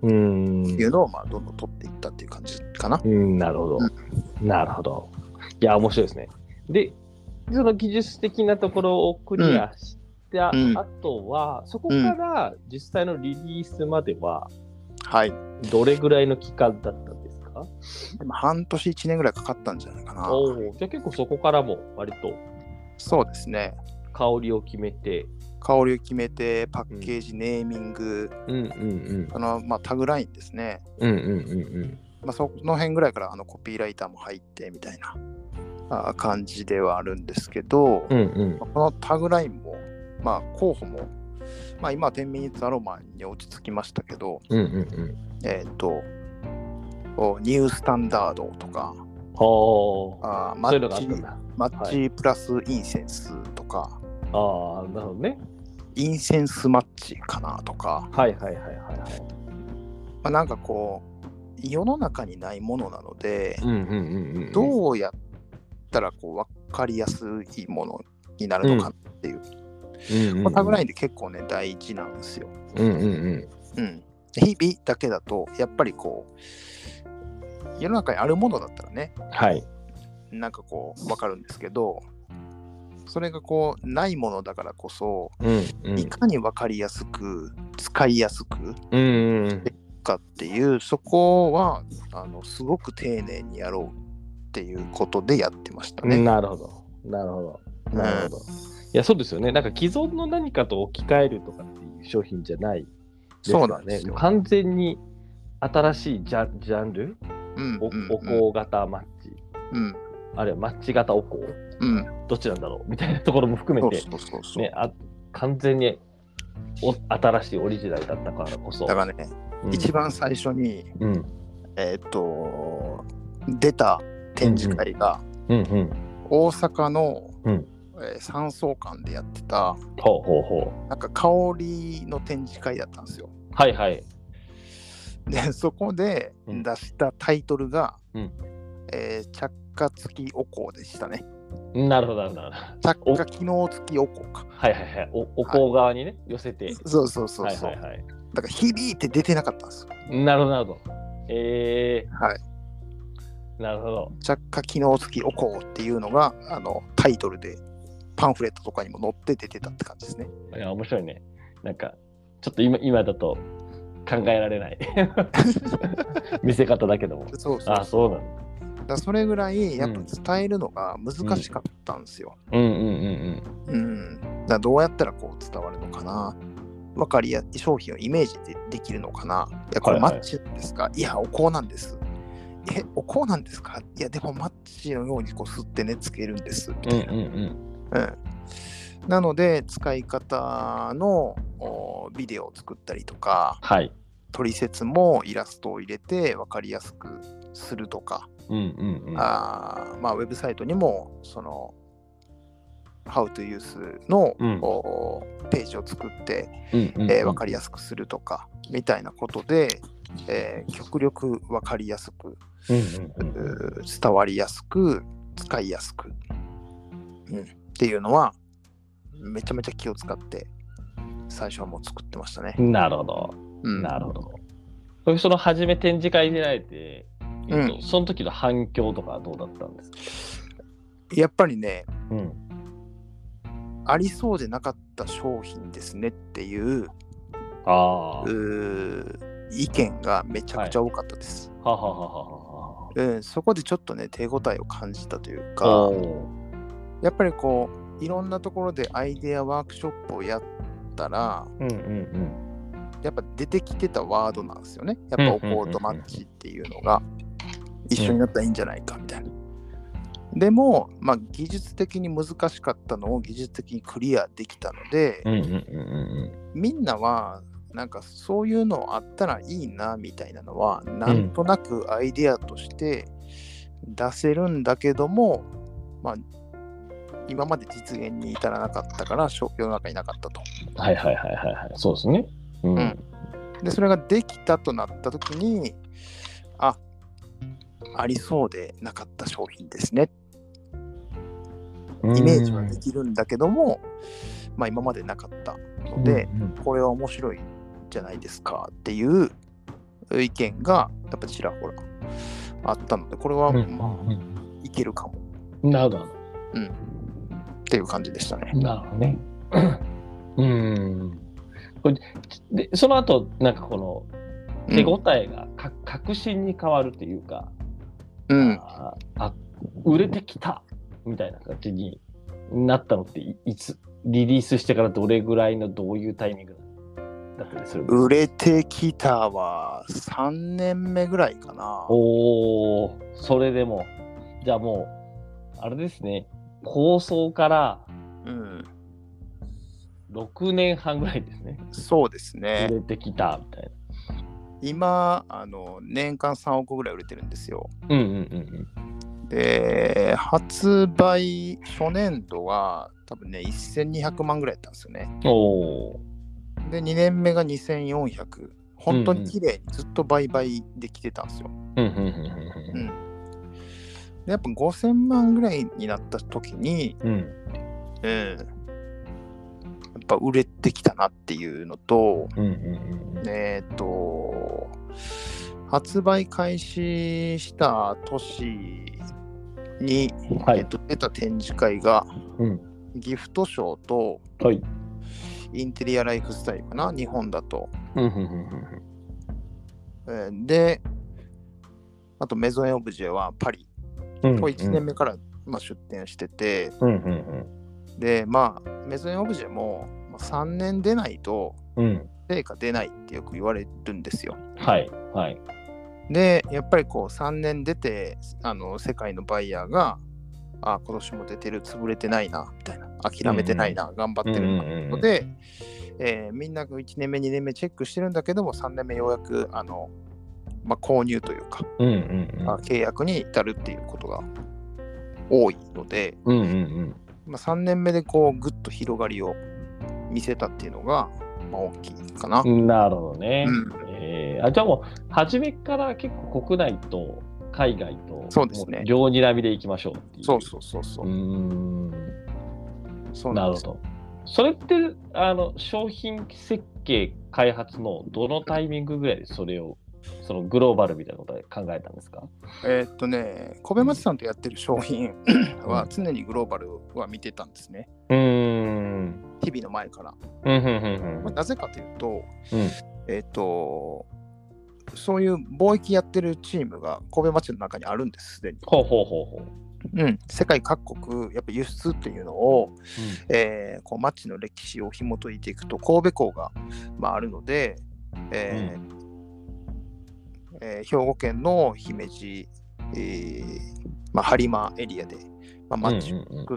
いうのをまあどんどん取っていったっていう感じかな。 なるほど、なるほど。いや面白いですね。でその技術的なところをクリアしたあとは、そこから実際のリリースまでは、どれぐらいの期間だったんですか？ でも半年1年ぐらいかかったんじゃないかな。 じゃあ結構そこからも割とそうですね。 香りを決めてパッケージ、ネーミング、まあ、タグラインですね。まあ、その辺ぐらいからコピーライターも入ってみたいな感じではあるんですけど、このタグラインも、まあ、候補も、まあ、今は10ミニッツアロマに落ち着きましたけど、ニュースタンダードとか、マッチプラスインセンスとか、 なるほどね。 インセンスマッチかなとか、まあ、なんかこう世の中にないものなので、どうやったらこう分かりやすいものになるのかっていう、タグラインで結構ね大事なんですよ。日々だけだとやっぱりこう世の中にあるものだったらね、なんかこう分かるんですけど、それがこうないものだからこそ、いかに分かりやすく使いやすくかっていう、そこはすごく丁寧にやろうっていうことでやってましたね。 なるほど。いやそうですよね。なんか既存の何かと置き換えるとかっていう商品じゃないですからね。そうなんですよ。完全に新しいジャンル、お香型マッチ、あるいはマッチ型お香、どっちなんだろうみたいなところも含めて、完全に新しいオリジナルだったからこそ。 だからね、一番最初に、出た展示会が、大阪の、山荘館でやってた、なんか香りの展示会だったんですよ。でそこで出したタイトルが、着火付きお香でしたね。 なるほど。 着火機能付きお香か。 お香側にね、寄せて。 そう。だから響いて出てなかったんですよ。 なるほど。なるほど。 着火機能付きお香っていうのがタイトルでパンフレットとかにも載って出てたって感じですね。 いや面白いね。なんかちょっと今だと考えられない見せ方だけども。そうなんだ。 だそれぐらいやっぱ伝えるのが難しかったんですよ。だどうやったらこう伝わるのかな、分かりやすい商品をイメージできるのかな。いやこれマッチですか、いやお香なんです。お香なんですか、いやでもマッチのようにこう吸ってねつけるんですみたいな。なので使い方のビデオを作ったりとか、取説もイラストを入れて分かりやすくするとか、まあウェブサイトにもその How to use の、ページを作って、分かりやすくするとかみたいなことで、極力分かりやすく、伝わりやすく使いやすく、っていうのはめちゃめちゃ気を使って最初はもう作ってましたね。 なるほど。その初め展示会に出られて、その時の反響とかはどうだったんですか？ やっぱりね、ありそうでなかった商品ですねっていう意見がめちゃくちゃ多かったです。そこでちょっとね手応えを感じたというか、やっぱりこういろんなところでアイデアワークショップをやったら、やっぱ出てきてたワードなんですよね。やっぱお香とマッチっていうのが一緒になったらいいんじゃないかみたいな。でも、まあ、技術的に難しかったのを技術的にクリアできたので、みんなはなんかそういうのあったらいいなみたいなのは、なんとなくアイデアとして出せるんだけども、まあ、今まで実現に至らなかったから世の中になかったと。 そうですね。 でそれができたとなった時に、ありそうでなかった商品ですね。イメージはできるんだけども、まあ、今までなかったので、これは面白いじゃないですかっていう意見がやっぱちらほらあったので、これはまあ、いけるかも。 なるほど。 っていう感じでしたね。 なるほどね。これでその後なんかこの手応えが確信に変わるというか、売れてきたみたいな感じになったのっていつリリースしてからどれぐらいのどういうタイミングだったりするんですか？ 売れてきたは3年目ぐらいかな。 おー、それでもじゃあもうあれですね、構想から6年半ぐらいですね。 そうですね。 売れてきたみたいな。 今年間3億ぐらい売れてるんですよ。で発売初年度は多分ね1200万ぐらいだったんですよね。で2年目が2400。本当に綺麗にずっと倍々できてたんですよ。でやっぱ5000万ぐらいになった時に、やっぱ売れてきたなっていうのと、発売開始した年に、出た展示会が、ギフトショーと、インテリアライフスタイルかな、日本だと。で、あとメゾンオブジェはパリ。これ1年目から、出展してて、で、メゾンオブジェも3年出ないと、成果出ないってよく言われるんですよ。で、やっぱりこう3年出て、世界のバイヤーが、今年も出てる、潰れてないな、みたいな、諦めてないな、頑張ってるな、ので、みんなが1年目、2年目チェックしてるんだけども、3年目ようやく、購入というか、契約に至るっていうことが多いので、3年目でこう、ぐっと広がりを見せたっていうのが、大きいかな。 なるほどね。じゃあもう初めから結構国内と海外と両にらみでいきましょうっていう。 そう。 なるほど。それって商品設計開発のどのタイミングぐらいでそれをそのグローバルみたいなことで考えたんですか？ 小部町さんとやってる商品は常にグローバルは見てたんですね。日々の前から。なぜかというと、そういう貿易やってるチームが神戸町の中にあるんです、すでに。世界各国、やっぱ輸出っていうのを、こう町の歴史を紐解いていくと、神戸港が、あるので、兵庫県の姫路、播磨エリアで、町を作って、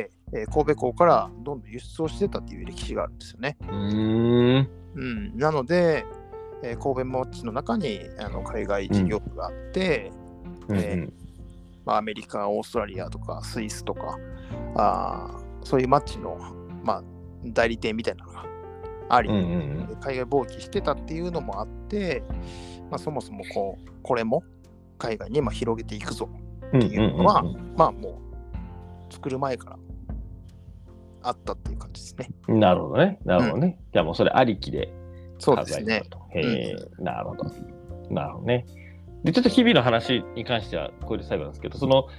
神戸港からどんどん輸出をしてたっていう歴史があるんですよね。なので、神戸町の中に海外事業部があって、アメリカ、オーストラリアとかスイスとかそういう町の、代理店みたいなのがあり、海外貿易してたっていうのもあって、そもそもこれも海外に広げていくぞっていうのは、もう作る前からあったっていう感じですね。 なるほどね。じゃあもうそれありきで考えてると。 なるほどね。でちょっと日々の話に関してはこれで最後なんですけど、その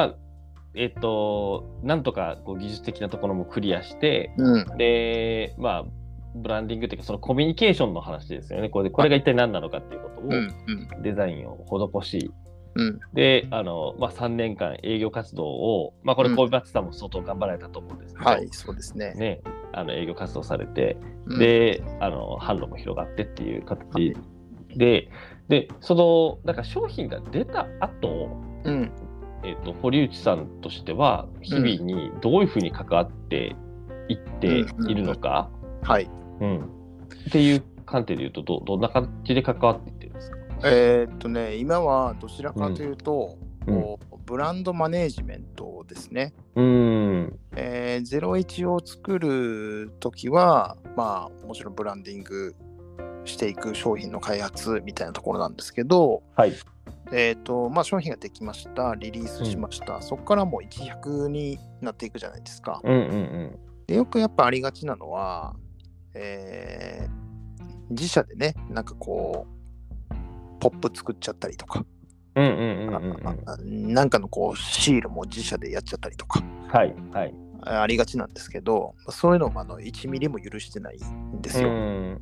なんとかこう技術的なところもクリアして、でブランディングというかそのコミュニケーションの話ですよね。これが一体何なのかっていうことをデザインを施し、で3年間営業活動をこれ神戸町さんも相当頑張られたと思うんですけど、 そうですね。営業活動されて、で販路も広がってっていう形で、そのなんか商品が出た後、堀内さんとしては日々にどういうふうに関わっていっているのか、っていう観点でいうとどんな感じで関わっていってるんですか？ 今はどちらかというと、ブランドマネージメントですね。01を作るときは、もちろんブランディングしていく商品の開発みたいなところなんですけど、商品ができました、リリースしました、そこからもう一躍になっていくじゃないですか。でよくやっぱありがちなのは、自社でね、なんかこうポップ作っちゃったりとか、 なんかのこうシールも自社でやっちゃったりとか、 はいはい、 ありがちなんですけど、そういうのも1ミリも許してないんですよ。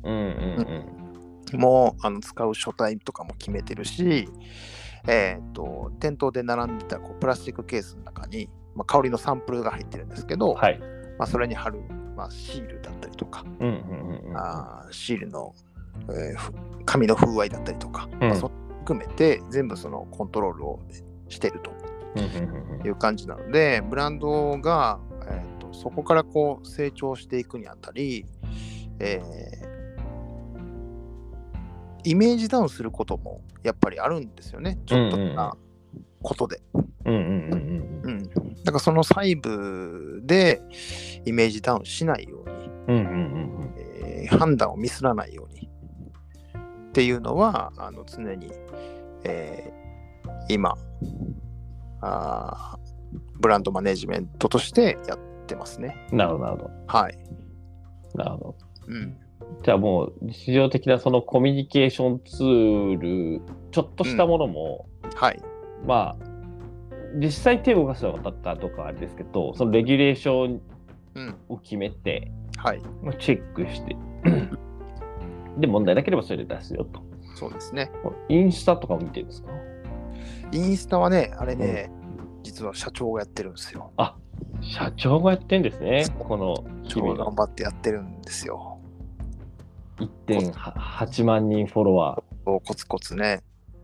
もう使う書体とかも決めてるし、店頭で並んでたこうプラスチックケースの中に、香りのサンプルが入ってるんですけど、 はい、 それに貼る、シールだったりとか、シールの、紙の風合いだったりとか、それ含めて全部そのコントロールをしてるという感じなので、ブランドが、そこからこう成長していくにあたり、イメージダウンすることもやっぱりあるんですよね、ちょっとなことで。だからその細部でイメージダウンしないように、判断をミスらないようにっていうのは常に、今ブランドマネジメントとしてやってますね。 なるほどなるほど。 はい。 なるほど。じゃあもう日常的なそのコミュニケーションツールちょっとしたものも、 はい。 実際手を動かすのかどうかはあれですけど、そのレギュレーションを決めて、 はい。 チェックしてで問題なければそれで出すよと。 そうですね。 インスタとかも見てるんですか？ インスタはね、あれね、実は社長がやってるんですよ。 あ、社長がやってるんですね。この社長が頑張ってやってるんですよ。 1.8 万人フォロワー。コツコツね。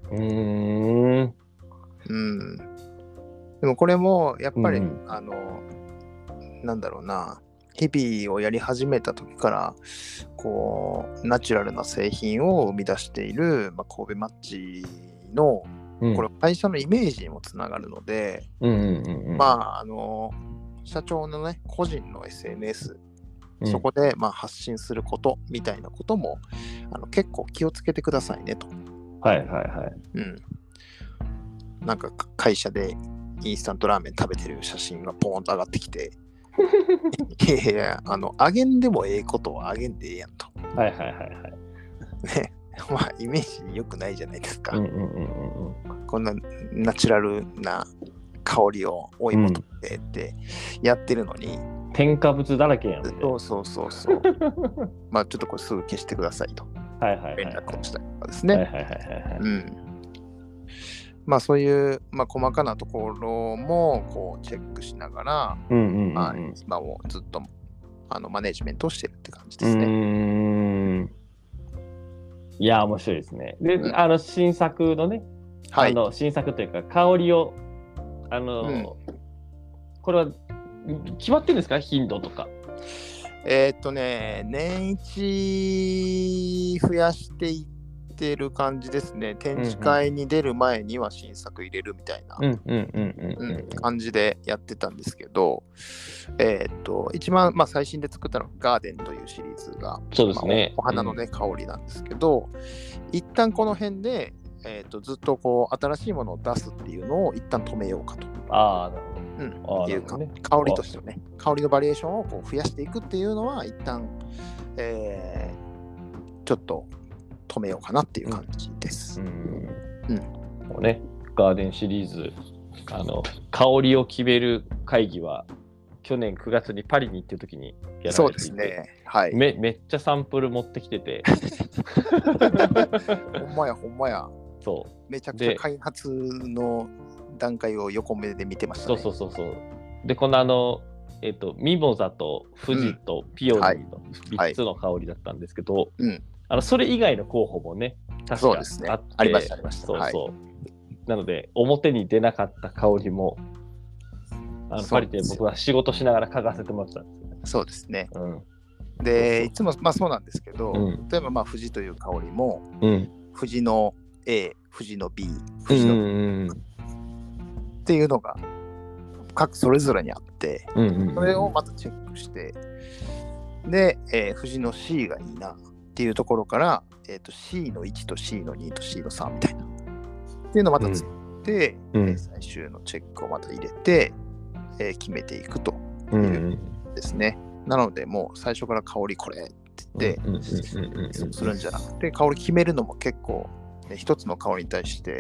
でもこれもやっぱり、なんだろうな、日々をやり始めた時からこうナチュラルな製品を生み出している、神戸マッチの、これ会社のイメージにもつながるので、社長のね個人の SNS、そこで発信することみたいなことも結構気をつけてくださいねと。なんか会社でインスタントラーメン食べてる写真がポーンと上がってきていやあげんでもええことはあげんでええやんと。ね、イメージ良くないじゃないですか。こんなナチュラルな香りを追い求めてってやってるのに、 添加物だらけやん。 そうちょっとこれすぐ消してくださいと連絡をしたりとかですね。そういう、細かなところもこうチェックしながら、今もずっとマネジメントをしてるって感じですね。 いや面白いですね。で、新作のね、新作というか香りをこれは決まってるんですか、頻度とか？ 年一増やしていってる感じですね。展示会に出る前には新作入れるみたいな感じでやってたんですけど、一番最新で作ったのがガーデンというシリーズが、 そうですね、 お花のね、香りなんですけど、一旦この辺で、ずっとこう新しいものを出すっていうのを一旦止めようかと。 なるほど。 っていうか、香りとしてね、香りのバリエーションをこう増やしていくっていうのは一旦、ちょっと止めようかなっていう感じです。 もうね、ガーデンシリーズ、香りを決める会議は去年9月にパリに行ってる時にやられていて、 そうですね、はい、 めっちゃサンプル持ってきててほんまやそうめちゃくちゃ開発の段階を横目で見てましたね。 そうで、このミモザとフジとピオニーの3つの香りだったんですけど、それ以外の候補もね、確かあって、 ありました。 なので表に出なかった香りもパリで僕は仕事しながら嗅がせてもらったんですよね。 そうですね。でいつもそうなんですけど、例えば富士という香りも、富士の A、富士の B、富士のっていうのが各それぞれにあって、それをまたチェックして、で、富士の C がいいなっていうところから、C の1と C の2と C の3みたいなっていうのをまた作って、最終のチェックをまた入れて、決めていくというですね。なのでもう最初から香りこれって言ってするんじゃなくて、香り決めるのも結構で1つの香りに対して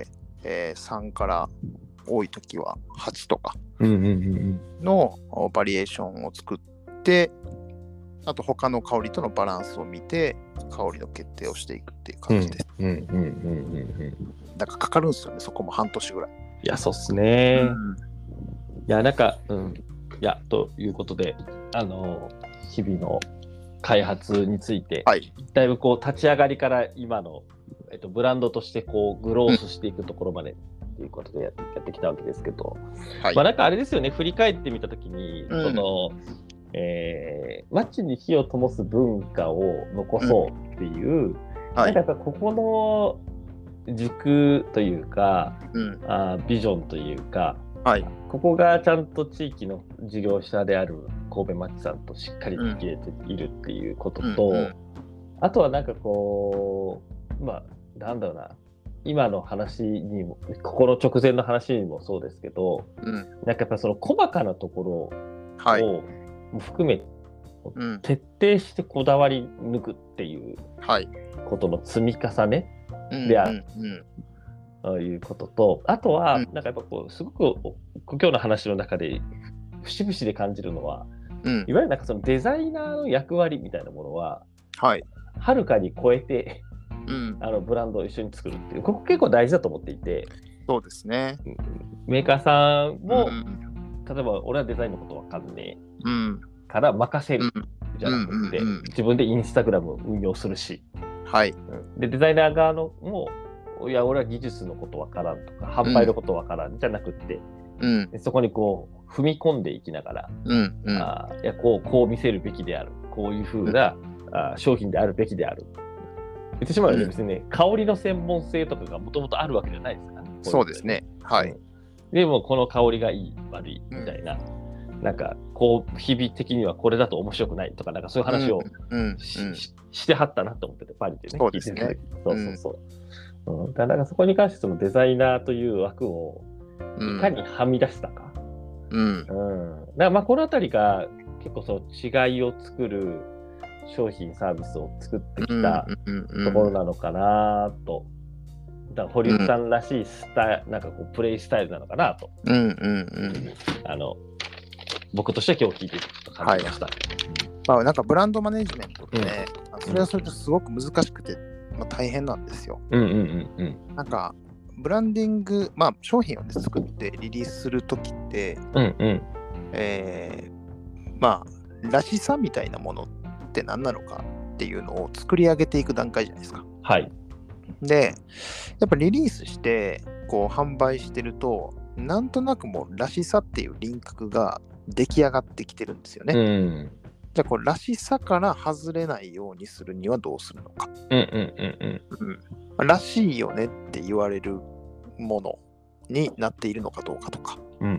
、3から多い時は8とかのバリエーションを作って、あと他の香りとのバランスを見て香りの決定をしていくっていう感じです。だからかかるんですよね、そこも半年ぐらい。 いや、そうっすね。いや、なんか、いや、ということで、日々の開発について、だいぶこう立ち上がりから今の、ブランドとしてこうグロースしていくところまでということでやってきたわけですけど、まあなんかあれですよね、振り返ってみたときに、その、マッチに火を灯す文化を残そうっていう、なんかやっぱここの軸というか、ビジョンというか、ここがちゃんと地域の事業者である神戸マッチさんとしっかり付き合えているっていうことと、あとはなんかこう、まあなんだろうな、今の話にも、ここの直前の話にもそうですけど、なんかやっぱその細かなところを含め、徹底してこだわり抜くっていうことの積み重ねである。ということと、あとは、なんかやっぱこう、すごく今日の話の中で、節々で感じるのは、いわゆるなんかそのデザイナーの役割みたいなものは、はるかに超えて、ブランドを一緒に作るっていう、ここ結構大事だと思っていて、 そうですね。 メーカーさんも、例えば俺はデザインのことわかんねえから任せるじゃなくて、自分でインスタグラムを運用するし、でデザイナー側のも、いや俺は技術のことわからんとか販売のことわからんじゃなくって、そこにこう踏み込んでいきながら、いやこう見せるべきである、こういう風な、商品であるべきである。言ってしまうよね、別にね、香りの専門性とかがもともとあるわけじゃないですからね。 そうですね。 でもこの香りがいい悪いみたいな、なんかこう日々的にはこれだと面白くないとか、なんかそういう話をしてはったなと思ってて、パリでね。 そうですね。 だからそこに関してそのデザイナーという枠をいかにはみ出したか。だからまあこのあたりが結構その違いを作る商品サービスを作ってきたところなのかなと。だから堀内さんらしいなんかこうプレイスタイルなのかなと。僕としては今日聞いて感じました。 まあなんかブランドマネジメントってね、それはそれですごく難しくて、大変なんですよ。なんかブランディング、商品を、ね、作ってリリースするときって、らしさみたいなものって何なのかっていうのを作り上げていく段階じゃないですか。で、やっぱリリースしてこう販売してると、なんとなくもうらしさっていう輪郭が出来上がってきてるんですよね。じゃあこうらしさから外れないようにするにはどうするのか。らしいよねって言われるものになっているのかどうかとか。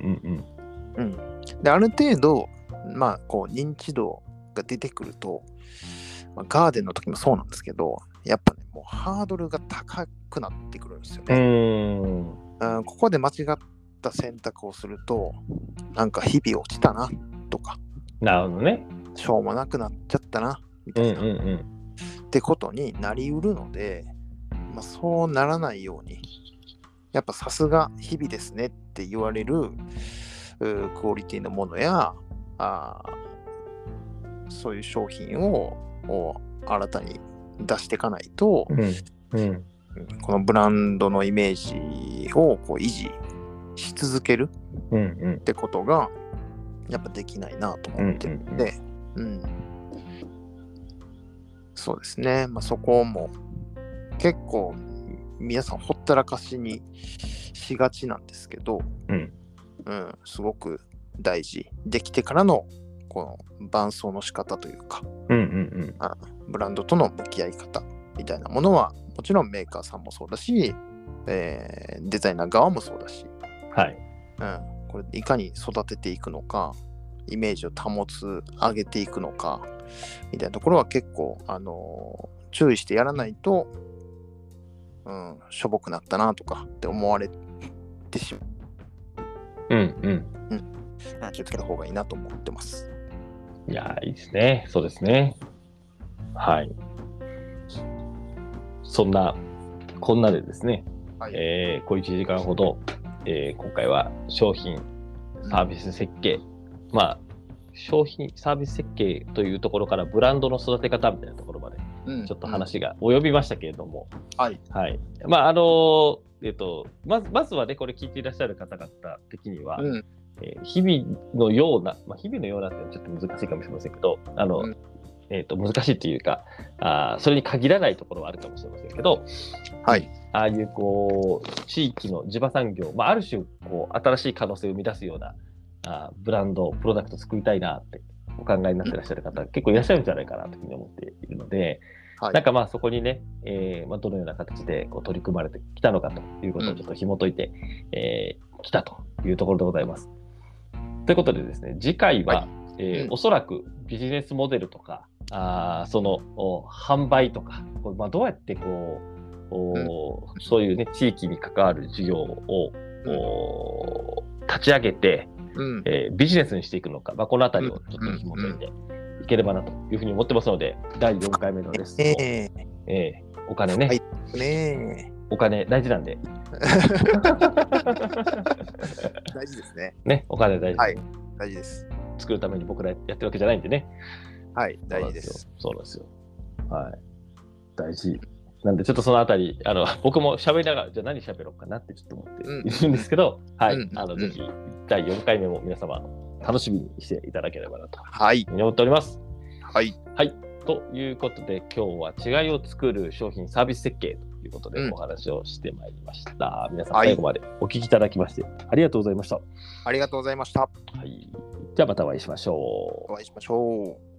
である程度こう認知度が出てくると、ガーデンの時もそうなんですけど、やっぱねもうハードルが高くなってくるんですよね。ここで間違った選択をすると、なんか日々落ちたなとか、 なるほどね、 しょうもなくなっちゃったなみたいな、ってことになりうるので、そうならないように、やっぱさすが日々ですねって言われるクオリティのものやそういう商品を新たに出していかないと、このブランドのイメージをこう維持し続けるってことがやっぱできないなと思ってるんで、そうですね。そこも結構皆さんほったらかしにしがちなんですけど、すごく大事。できてからのこの伴走の仕方というか、ブランドとの向き合い方みたいなものはもちろんメーカーさんもそうだし、デザイナー側もそうだし、これいかに育てていくのか、イメージを保つ、上げていくのかみたいなところは結構注意してやらないと、しょぼくなったなとかって思われてしまう。気をつけた方がいいなと思ってます。 いや、いいですね。そうですね。はい。そんなこんなでですね、 はい、 小1時間ほど、今回は商品サービス設計、まあ商品サービス設計というところからブランドの育て方みたいなところまでちょっと話が及びましたけれども、 はい、 はい、まずはね、これ聞いていらっしゃる方々的には、日々のような、日々のようなってちょっと難しいかもしれませんけど、難しいというか、それに限らないところはあるかもしれませんけど、 はい、 ああいうこう地域の地場産業、ある種こう新しい可能性を生み出すようなブランド、プロダクトを作りたいなってお考えになっていらっしゃる方、結構いらっしゃるんじゃないかなというふうに思っているので、なんかそこにね、どのような形でこう取り組まれてきたのかということをちょっと紐解いてきたというところでございます。ということでですね、次回は、おそらくビジネスモデルとか、その販売とか、どうやってこう、そういうね、地域に関わる事業を、立ち上げて、ビジネスにしていくのか、このあたりをちょっと紐解いていければなというふうに思ってますので、第4回目のレッスンを、お金ね、お金大事なんで。 大事ですね。 ね、お金大事。 はい、大事です。 作るために僕らやってるわけじゃないんでね。 はい、大事です。 そうなんですよ。はい。大事。なんでちょっとそのあたり、僕も喋りながら、じゃあ何喋ろうかなってちょっと思っているんですけど、はい。ぜひ、第4回目も皆様、楽しみにしていただければなと、思っております。 はい。 はい。ということで、今日は違いを作る商品サービス設計ということでお話をしてまいりました。皆さん最後までお聞きいただきまして、ありがとうございました。 ありがとうございました。 はい。じゃあまたお会いしましょう。 お会いしましょう。